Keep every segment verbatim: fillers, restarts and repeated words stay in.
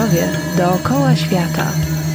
Zdrowie dookoła świata.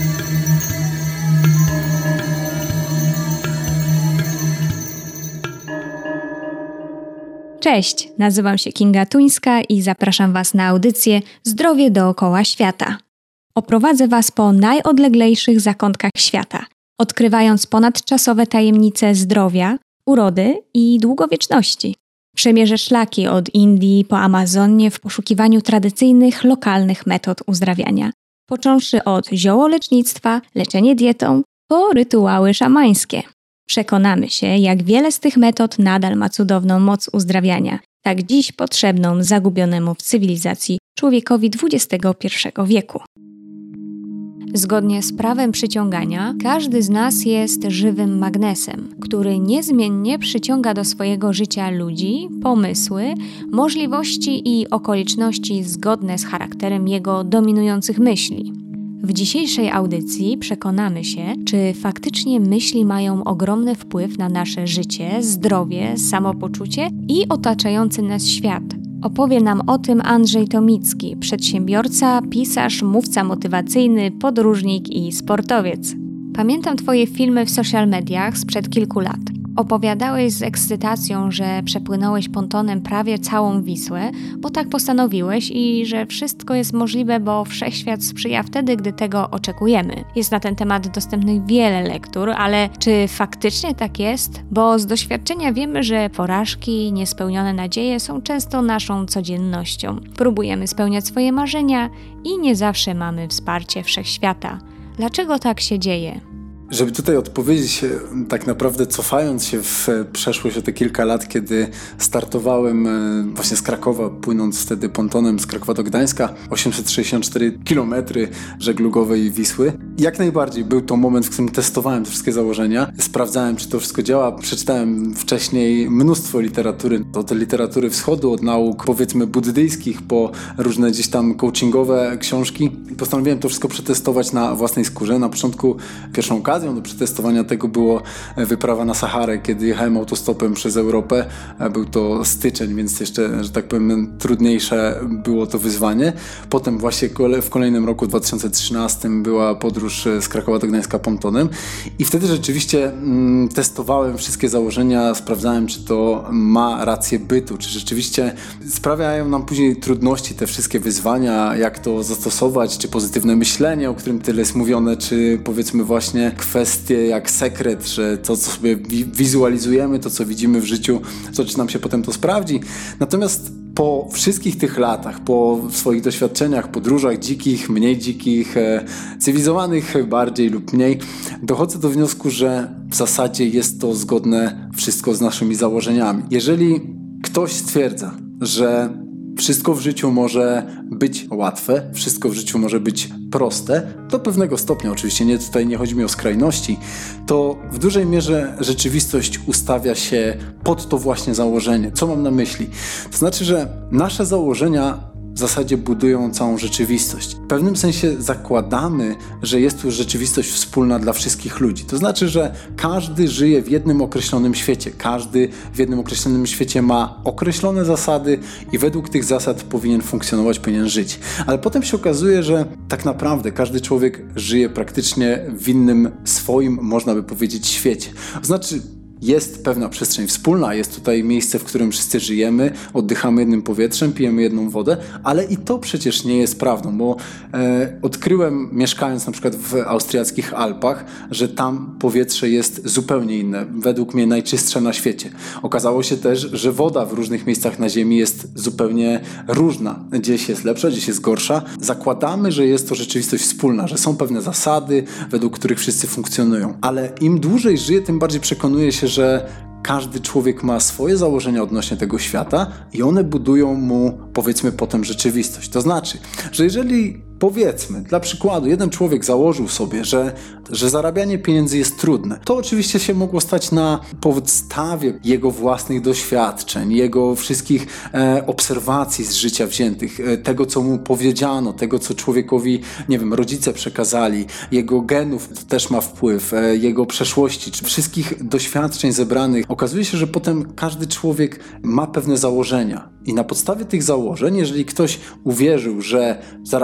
Cześć, nazywam się Kinga Tuńska i zapraszam Was na audycję Zdrowie dookoła świata. Oprowadzę Was po najodleglejszych zakątkach świata, odkrywając ponadczasowe tajemnice zdrowia, urody i długowieczności. Przemierzę szlaki od Indii po Amazonię w poszukiwaniu tradycyjnych, lokalnych metod uzdrawiania. Począwszy od ziołolecznictwa, leczenie dietą, po rytuały szamańskie. Przekonamy się, jak wiele z tych metod nadal ma cudowną moc uzdrawiania, tak dziś potrzebną zagubionemu w cywilizacji człowiekowi dwudziestego pierwszego wieku. Zgodnie z prawem przyciągania, każdy z nas jest żywym magnesem, który niezmiennie przyciąga do swojego życia ludzi, pomysły, możliwości i okoliczności zgodne z charakterem jego dominujących myśli. W dzisiejszej audycji przekonamy się, czy faktycznie myśli mają ogromny wpływ na nasze życie, zdrowie, samopoczucie i otaczający nas świat. Opowie nam o tym Andrzej Tomicki, przedsiębiorca, pisarz, mówca motywacyjny, podróżnik i sportowiec. Pamiętam Twoje filmy w social mediach sprzed kilku lat. Opowiadałeś z ekscytacją, że przepłynąłeś pontonem prawie całą Wisłę, bo tak postanowiłeś i że wszystko jest możliwe, bo wszechświat sprzyja wtedy, gdy tego oczekujemy. Jest na ten temat dostępnych wiele lektur, ale czy faktycznie tak jest? Bo z doświadczenia wiemy, że porażki, niespełnione nadzieje są często naszą codziennością. Próbujemy spełniać swoje marzenia i nie zawsze mamy wsparcie wszechświata. Dlaczego tak się dzieje? Żeby tutaj odpowiedzieć, tak naprawdę cofając się w przeszłość o te kilka lat, kiedy startowałem właśnie z Krakowa, płynąc wtedy pontonem z Krakowa do Gdańska, osiemset sześćdziesiąt cztery kilometry żeglugowej Wisły. Jak najbardziej był to moment, w którym testowałem te wszystkie założenia, sprawdzałem, czy to wszystko działa. Przeczytałem wcześniej mnóstwo literatury, od literatury wschodu, od nauk powiedzmy buddyjskich, po różne gdzieś tam coachingowe książki i postanowiłem to wszystko przetestować na własnej skórze. Na początku pierwszą okazją do przetestowania tego było wyprawa na Saharę, kiedy jechałem autostopem przez Europę. Był to styczeń, więc jeszcze, że tak powiem, trudniejsze było to wyzwanie. Potem właśnie w kolejnym roku, dwa tysiące trzynastym, była podróż z Krakowa do Gdańska pontonem i wtedy rzeczywiście mm, testowałem wszystkie założenia, sprawdzałem, czy to ma rację bytu, czy rzeczywiście sprawiają nam później trudności te wszystkie wyzwania, jak to zastosować, czy pozytywne myślenie, o którym tyle jest mówione, czy powiedzmy właśnie kwestie jak sekret, że to, co sobie wi- wizualizujemy, to, co widzimy w życiu, to czy nam się potem to sprawdzi. Natomiast po wszystkich tych latach, po swoich doświadczeniach, podróżach dzikich, mniej dzikich, e, cywilizowanych bardziej lub mniej, dochodzę do wniosku, że w zasadzie jest to zgodne wszystko z naszymi założeniami. Jeżeli ktoś stwierdza, że wszystko w życiu może być łatwe, wszystko w życiu może być proste, do pewnego stopnia, oczywiście nie, tutaj nie chodzi mi o skrajności, to w dużej mierze rzeczywistość ustawia się pod to właśnie założenie. Co mam na myśli? To znaczy, że nasze założenia w zasadzie budują całą rzeczywistość. W pewnym sensie zakładamy, że jest tu rzeczywistość wspólna dla wszystkich ludzi. To znaczy, że każdy żyje w jednym określonym świecie. Każdy w jednym określonym świecie ma określone zasady i według tych zasad powinien funkcjonować, powinien żyć. Ale potem się okazuje, że tak naprawdę każdy człowiek żyje praktycznie w innym swoim, można by powiedzieć, świecie. To znaczy, jest pewna przestrzeń wspólna, jest tutaj miejsce, w którym wszyscy żyjemy, oddychamy jednym powietrzem, pijemy jedną wodę, ale i to przecież nie jest prawdą, bo e, odkryłem, mieszkając na przykład w austriackich Alpach, że tam powietrze jest zupełnie inne, według mnie najczystsze na świecie. Okazało się też, że woda w różnych miejscach na Ziemi jest zupełnie różna. Gdzieś jest lepsza, gdzieś jest gorsza. Zakładamy, że jest to rzeczywistość wspólna, że są pewne zasady, według których wszyscy funkcjonują. Ale im dłużej żyję, tym bardziej przekonuję się, że każdy człowiek ma swoje założenia odnośnie tego świata i one budują mu, powiedzmy, potem rzeczywistość. To znaczy, że jeżeli, powiedzmy, dla przykładu, jeden człowiek założył sobie, że, że zarabianie pieniędzy jest trudne, to oczywiście się mogło stać na podstawie jego własnych doświadczeń, jego wszystkich e, obserwacji z życia wziętych, e, tego, co mu powiedziano, tego, co człowiekowi, nie wiem, rodzice przekazali, jego genów, to też ma wpływ, e, jego przeszłości, czy wszystkich doświadczeń zebranych. Okazuje się, że potem każdy człowiek ma pewne założenia i na podstawie tych założeń, jeżeli ktoś uwierzył, że zarabianie pieniędzy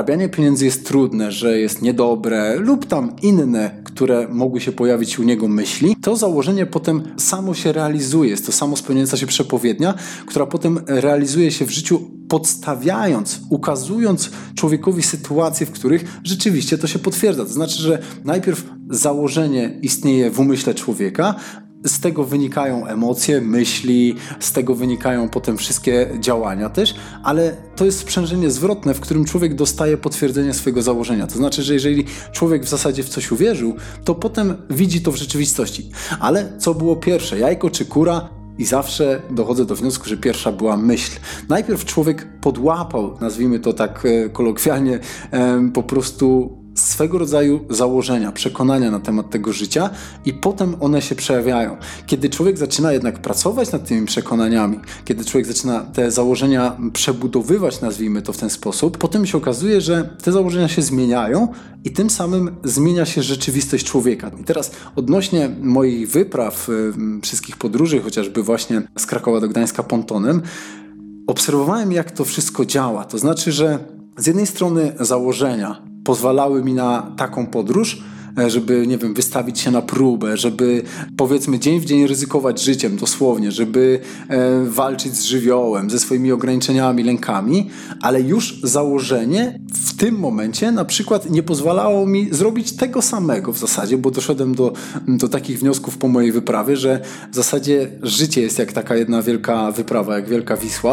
pieniędzy jest trudne, że jest niedobre lub tam inne, które mogły się pojawić u niego myśli, to założenie potem samo się realizuje. Jest to samo spełniająca się przepowiednia, która potem realizuje się w życiu, podstawiając, ukazując człowiekowi sytuacje, w których rzeczywiście to się potwierdza. To znaczy, że najpierw założenie istnieje w umyśle człowieka, z tego wynikają emocje, myśli, z tego wynikają potem wszystkie działania też, ale to jest sprzężenie zwrotne, w którym człowiek dostaje potwierdzenie swojego założenia. To znaczy, że jeżeli człowiek w zasadzie w coś uwierzył, to potem widzi to w rzeczywistości. Ale co było pierwsze, jajko czy kura? I zawsze dochodzę do wniosku, że pierwsza była myśl. Najpierw człowiek podłapał, nazwijmy to tak kolokwialnie, po prostu swego rodzaju założenia, przekonania na temat tego życia i potem one się przejawiają. Kiedy człowiek zaczyna jednak pracować nad tymi przekonaniami, kiedy człowiek zaczyna te założenia przebudowywać, nazwijmy to w ten sposób, potem się okazuje, że te założenia się zmieniają i tym samym zmienia się rzeczywistość człowieka. I teraz odnośnie moich wypraw, wszystkich podróży, chociażby właśnie z Krakowa do Gdańska pontonem, obserwowałem, jak to wszystko działa. To znaczy, że z jednej strony założenia pozwalały mi na taką podróż, żeby, nie wiem, wystawić się na próbę, żeby, powiedzmy, dzień w dzień ryzykować życiem dosłownie, żeby e, walczyć z żywiołem, ze swoimi ograniczeniami, lękami, ale już założenie w tym momencie na przykład nie pozwalało mi zrobić tego samego w zasadzie, bo doszedłem do, do takich wniosków po mojej wyprawie, że w zasadzie życie jest jak taka jedna wielka wyprawa, jak wielka Wisła.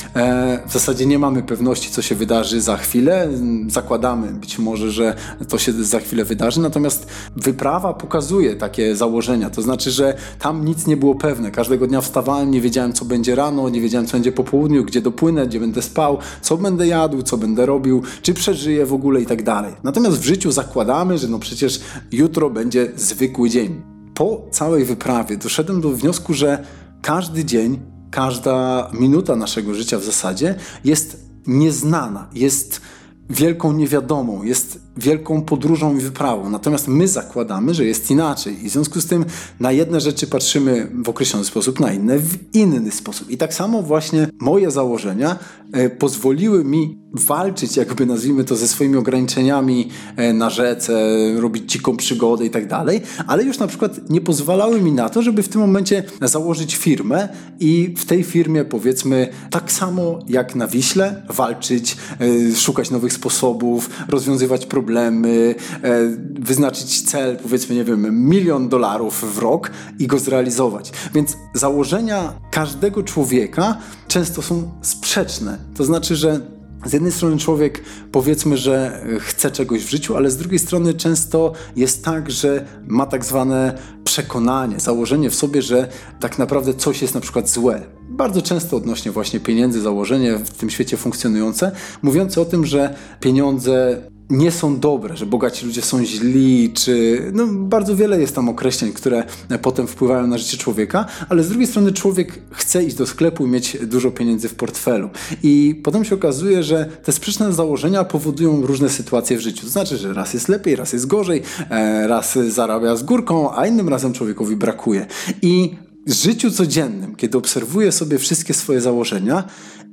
E, w zasadzie nie mamy pewności, co się wydarzy za chwilę. Zakładamy być może, że to się za chwilę wydarzy, natomiast Natomiast wyprawa pokazuje takie założenia, to znaczy, że tam nic nie było pewne. Każdego dnia wstawałem, nie wiedziałem, co będzie rano, nie wiedziałem, co będzie po południu, gdzie dopłynę, gdzie będę spał, co będę jadł, co będę robił, czy przeżyję w ogóle i tak dalej. Natomiast w życiu zakładamy, że no przecież jutro będzie zwykły dzień. Po całej wyprawie doszedłem do wniosku, że każdy dzień, każda minuta naszego życia w zasadzie jest nieznana, jest wielką niewiadomą, jest wielką podróżą i wyprawą. Natomiast my zakładamy, że jest inaczej i w związku z tym na jedne rzeczy patrzymy w określony sposób, na inne w inny sposób. I tak samo właśnie moje założenia e, pozwoliły mi walczyć, jakby nazwijmy to, ze swoimi ograniczeniami e, na rzece, robić dziką przygodę i tak dalej, ale już na przykład nie pozwalały mi na to, żeby w tym momencie założyć firmę i w tej firmie, powiedzmy, tak samo jak na Wiśle, walczyć, e, szukać nowych sposobów, rozwiązywać problemy, e, wyznaczyć cel, powiedzmy, nie wiem, milion dolarów w rok i go zrealizować. Więc założenia każdego człowieka często są sprzeczne. To znaczy, że z jednej strony człowiek, powiedzmy, że chce czegoś w życiu, ale z drugiej strony często jest tak, że ma tak zwane przekonanie, założenie w sobie, że tak naprawdę coś jest na przykład złe. Bardzo często odnośnie właśnie pieniędzy, założenie w tym świecie funkcjonujące, mówiące o tym, że pieniądze nie są dobre, że bogaci ludzie są źli, czy no, bardzo wiele jest tam określeń, które potem wpływają na życie człowieka, ale z drugiej strony człowiek chce iść do sklepu i mieć dużo pieniędzy w portfelu. I potem się okazuje, że te sprzeczne założenia powodują różne sytuacje w życiu. To znaczy, że raz jest lepiej, raz jest gorzej, raz zarabia z górką, a innym razem człowiekowi brakuje. I w życiu codziennym, kiedy obserwuję sobie wszystkie swoje założenia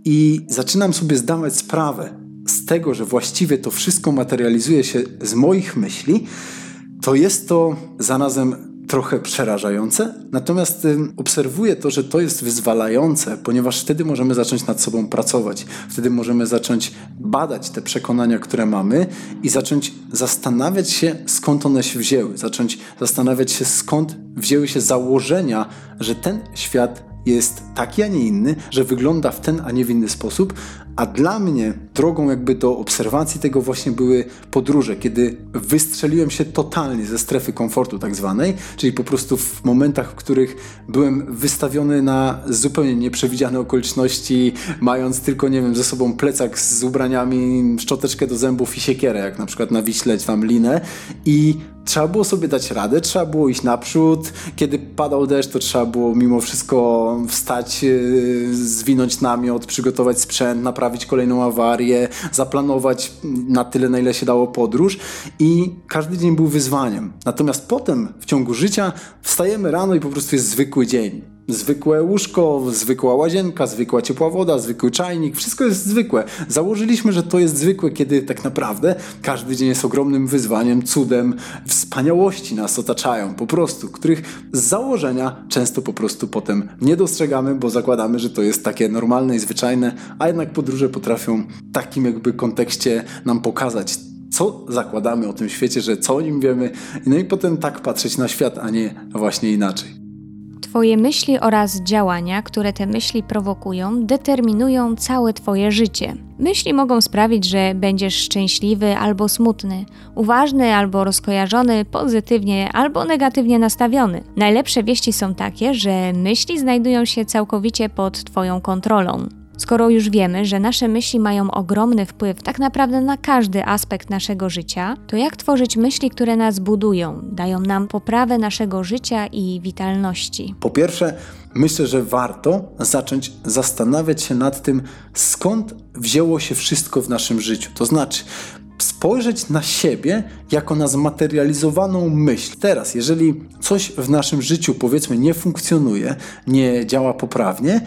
i zaczynam sobie zdawać sprawę z tego, że właściwie to wszystko materializuje się z moich myśli, to jest to zarazem trochę przerażające. Natomiast y, obserwuję to, że to jest wyzwalające, ponieważ wtedy możemy zacząć nad sobą pracować. Wtedy możemy zacząć badać te przekonania, które mamy i zacząć zastanawiać się, skąd one się wzięły. Zacząć zastanawiać się, skąd wzięły się założenia, że ten świat jest taki, a nie inny, że wygląda w ten, a nie w inny sposób. A dla mnie drogą jakby do obserwacji tego właśnie były podróże, kiedy wystrzeliłem się totalnie ze strefy komfortu tak zwanej, czyli po prostu w momentach, w których byłem wystawiony na zupełnie nieprzewidziane okoliczności, mając tylko, nie wiem, ze sobą plecak z ubraniami, szczoteczkę do zębów i siekierę, jak na przykład na Wiśle, czy tam linę, i trzeba było sobie dać radę, trzeba było iść naprzód. Kiedy padał deszcz, to trzeba było mimo wszystko wstać, zwinąć namiot, przygotować sprzęt, naprawić kolejną awarię, zaplanować na tyle, na ile się dało podróż i każdy dzień był wyzwaniem. Natomiast potem w ciągu życia wstajemy rano i po prostu jest zwykły dzień. zwykłe łóżko, zwykła łazienka, zwykła ciepła woda, zwykły czajnik, wszystko jest zwykłe. Założyliśmy, że to jest zwykłe, kiedy tak naprawdę każdy dzień jest ogromnym wyzwaniem, cudem, wspaniałości nas otaczają po prostu, których z założenia często po prostu potem nie dostrzegamy, bo zakładamy, że to jest takie normalne i zwyczajne, a jednak podróże potrafią w takim jakby kontekście nam pokazać, co zakładamy o tym świecie, że co o nim wiemy, no i potem tak patrzeć na świat, a nie właśnie inaczej. Twoje myśli oraz działania, które te myśli prowokują, determinują całe Twoje życie. Myśli mogą sprawić, że będziesz szczęśliwy albo smutny, uważny albo rozkojarzony, pozytywnie albo negatywnie nastawiony. Najlepsze wieści są takie, że myśli znajdują się całkowicie pod Twoją kontrolą. Skoro już wiemy, że nasze myśli mają ogromny wpływ tak naprawdę na każdy aspekt naszego życia, to jak tworzyć myśli, które nas budują, dają nam poprawę naszego życia i witalności? Po pierwsze, myślę, że warto zacząć zastanawiać się nad tym, skąd wzięło się wszystko w naszym życiu. To znaczy, spojrzeć na siebie jako na zmaterializowaną myśl. Teraz, jeżeli coś w naszym życiu, powiedzmy, nie funkcjonuje, nie działa poprawnie,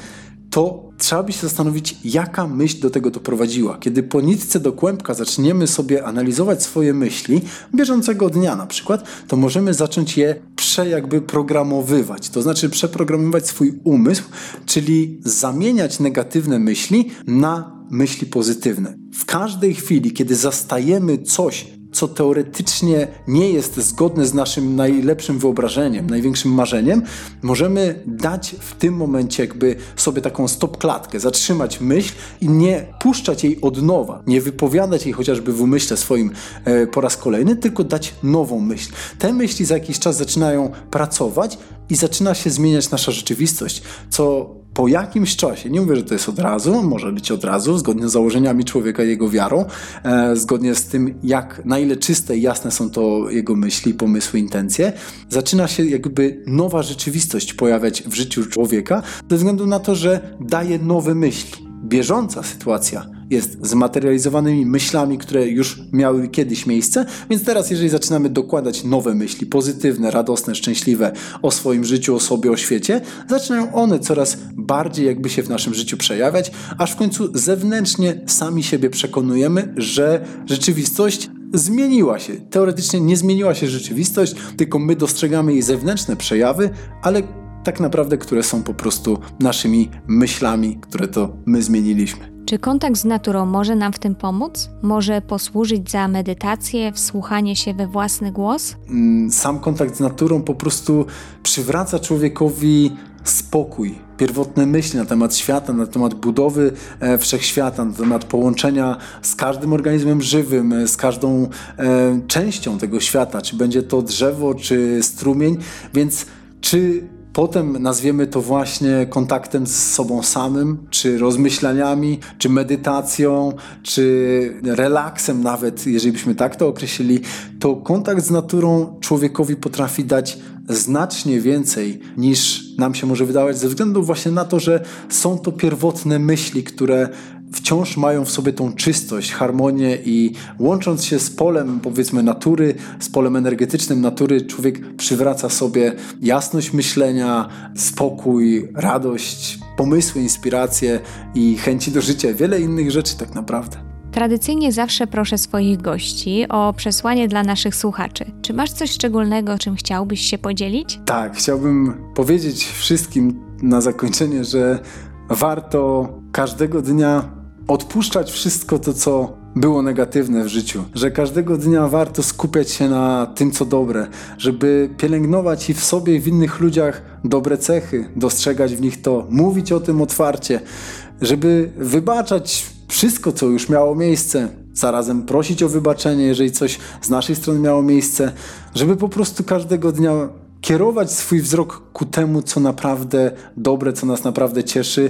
to trzeba by się zastanowić, jaka myśl do tego doprowadziła. Kiedy po nitce do kłębka zaczniemy sobie analizować swoje myśli bieżącego dnia na przykład, to możemy zacząć je prze jakby programowywać. To znaczy przeprogramowywać swój umysł, czyli zamieniać negatywne myśli na myśli pozytywne. W każdej chwili, kiedy zastajemy coś, co teoretycznie nie jest zgodne z naszym najlepszym wyobrażeniem, największym marzeniem, możemy dać w tym momencie jakby sobie taką stop-klatkę, zatrzymać myśl i nie puszczać jej od nowa, nie wypowiadać jej chociażby w umyśle swoim e, po raz kolejny, tylko dać nową myśl. Te myśli za jakiś czas zaczynają pracować i zaczyna się zmieniać nasza rzeczywistość, co po jakimś czasie, nie mówię, że to jest od razu, może być od razu, zgodnie z założeniami człowieka i jego wiarą, e, zgodnie z tym, jak, na ile czyste i jasne są to jego myśli, pomysły, intencje, zaczyna się jakby nowa rzeczywistość pojawiać w życiu człowieka, ze względu na to, że daje nowe myśli. Bieżąca sytuacja jest zmaterializowanymi myślami, które już miały kiedyś miejsce, więc teraz jeżeli zaczynamy dokładać nowe myśli, pozytywne, radosne, szczęśliwe o swoim życiu, o sobie, o świecie, zaczynają one coraz bardziej jakby się w naszym życiu przejawiać, aż w końcu zewnętrznie sami siebie przekonujemy, że rzeczywistość zmieniła się. Teoretycznie nie zmieniła się rzeczywistość, tylko my dostrzegamy jej zewnętrzne przejawy, ale tak naprawdę, które są po prostu naszymi myślami, które to my zmieniliśmy. Czy kontakt z naturą może nam w tym pomóc? Może posłużyć za medytację, wsłuchanie się we własny głos? Sam kontakt z naturą po prostu przywraca człowiekowi spokój, pierwotne myśli na temat świata, na temat budowy e, wszechświata, na temat połączenia z każdym organizmem żywym, z każdą e, częścią tego świata, czy będzie to drzewo, czy strumień, więc czy potem nazwiemy to właśnie kontaktem z sobą samym, czy rozmyślaniami, czy medytacją, czy relaksem nawet, jeżeli byśmy tak to określili, to kontakt z naturą człowiekowi potrafi dać znacznie więcej niż nam się może wydawać, ze względu właśnie na to, że są to pierwotne myśli, które wciąż mają w sobie tą czystość, harmonię i łącząc się z polem, powiedzmy, natury, z polem energetycznym natury, człowiek przywraca sobie jasność myślenia, spokój, radość, pomysły, inspiracje i chęci do życia, wiele innych rzeczy tak naprawdę. Tradycyjnie zawsze proszę swoich gości o przesłanie dla naszych słuchaczy. Czy masz coś szczególnego, czym chciałbyś się podzielić? Tak, chciałbym powiedzieć wszystkim na zakończenie, że warto każdego dnia odpuszczać wszystko to, co było negatywne w życiu, że każdego dnia warto skupiać się na tym, co dobre, żeby pielęgnować i w sobie, i w innych ludziach dobre cechy, dostrzegać w nich to, mówić o tym otwarcie, żeby wybaczać wszystko, co już miało miejsce, zarazem prosić o wybaczenie, jeżeli coś z naszej strony miało miejsce, żeby po prostu każdego dnia kierować swój wzrok ku temu, co naprawdę dobre, co nas naprawdę cieszy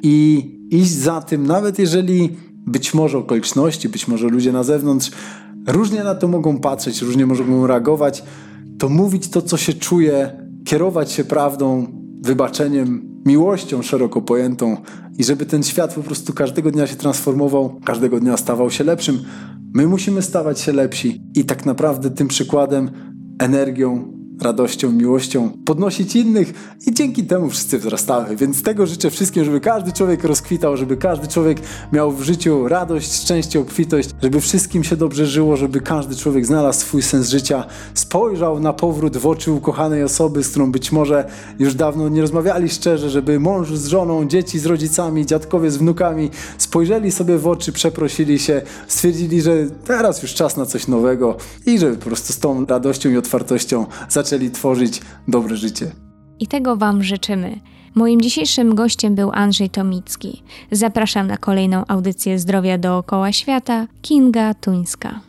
i iść za tym, nawet jeżeli być może okoliczności, być może ludzie na zewnątrz różnie na to mogą patrzeć, różnie mogą reagować, to mówić to, co się czuje, kierować się prawdą, wybaczeniem, miłością szeroko pojętą i żeby ten świat po prostu każdego dnia się transformował, każdego dnia stawał się lepszym. My musimy stawać się lepsi i tak naprawdę tym przykładem, energią radością, miłością podnosić innych i dzięki temu wszyscy wzrastamy. Więc tego życzę wszystkim, żeby każdy człowiek rozkwitał, żeby każdy człowiek miał w życiu radość, szczęście, obfitość, żeby wszystkim się dobrze żyło, żeby każdy człowiek znalazł swój sens życia, spojrzał na powrót w oczy ukochanej osoby, z którą być może już dawno nie rozmawiali szczerze, żeby mąż z żoną, dzieci z rodzicami, dziadkowie z wnukami spojrzeli sobie w oczy, przeprosili się, stwierdzili, że teraz już czas na coś nowego i żeby po prostu z tą radością i otwartością zaczęli tworzyć dobre życie. I tego Wam życzymy. Moim dzisiejszym gościem był Andrzej Tomicki. Zapraszam na kolejną audycję Zdrowia dookoła świata, Kinga Tuńska.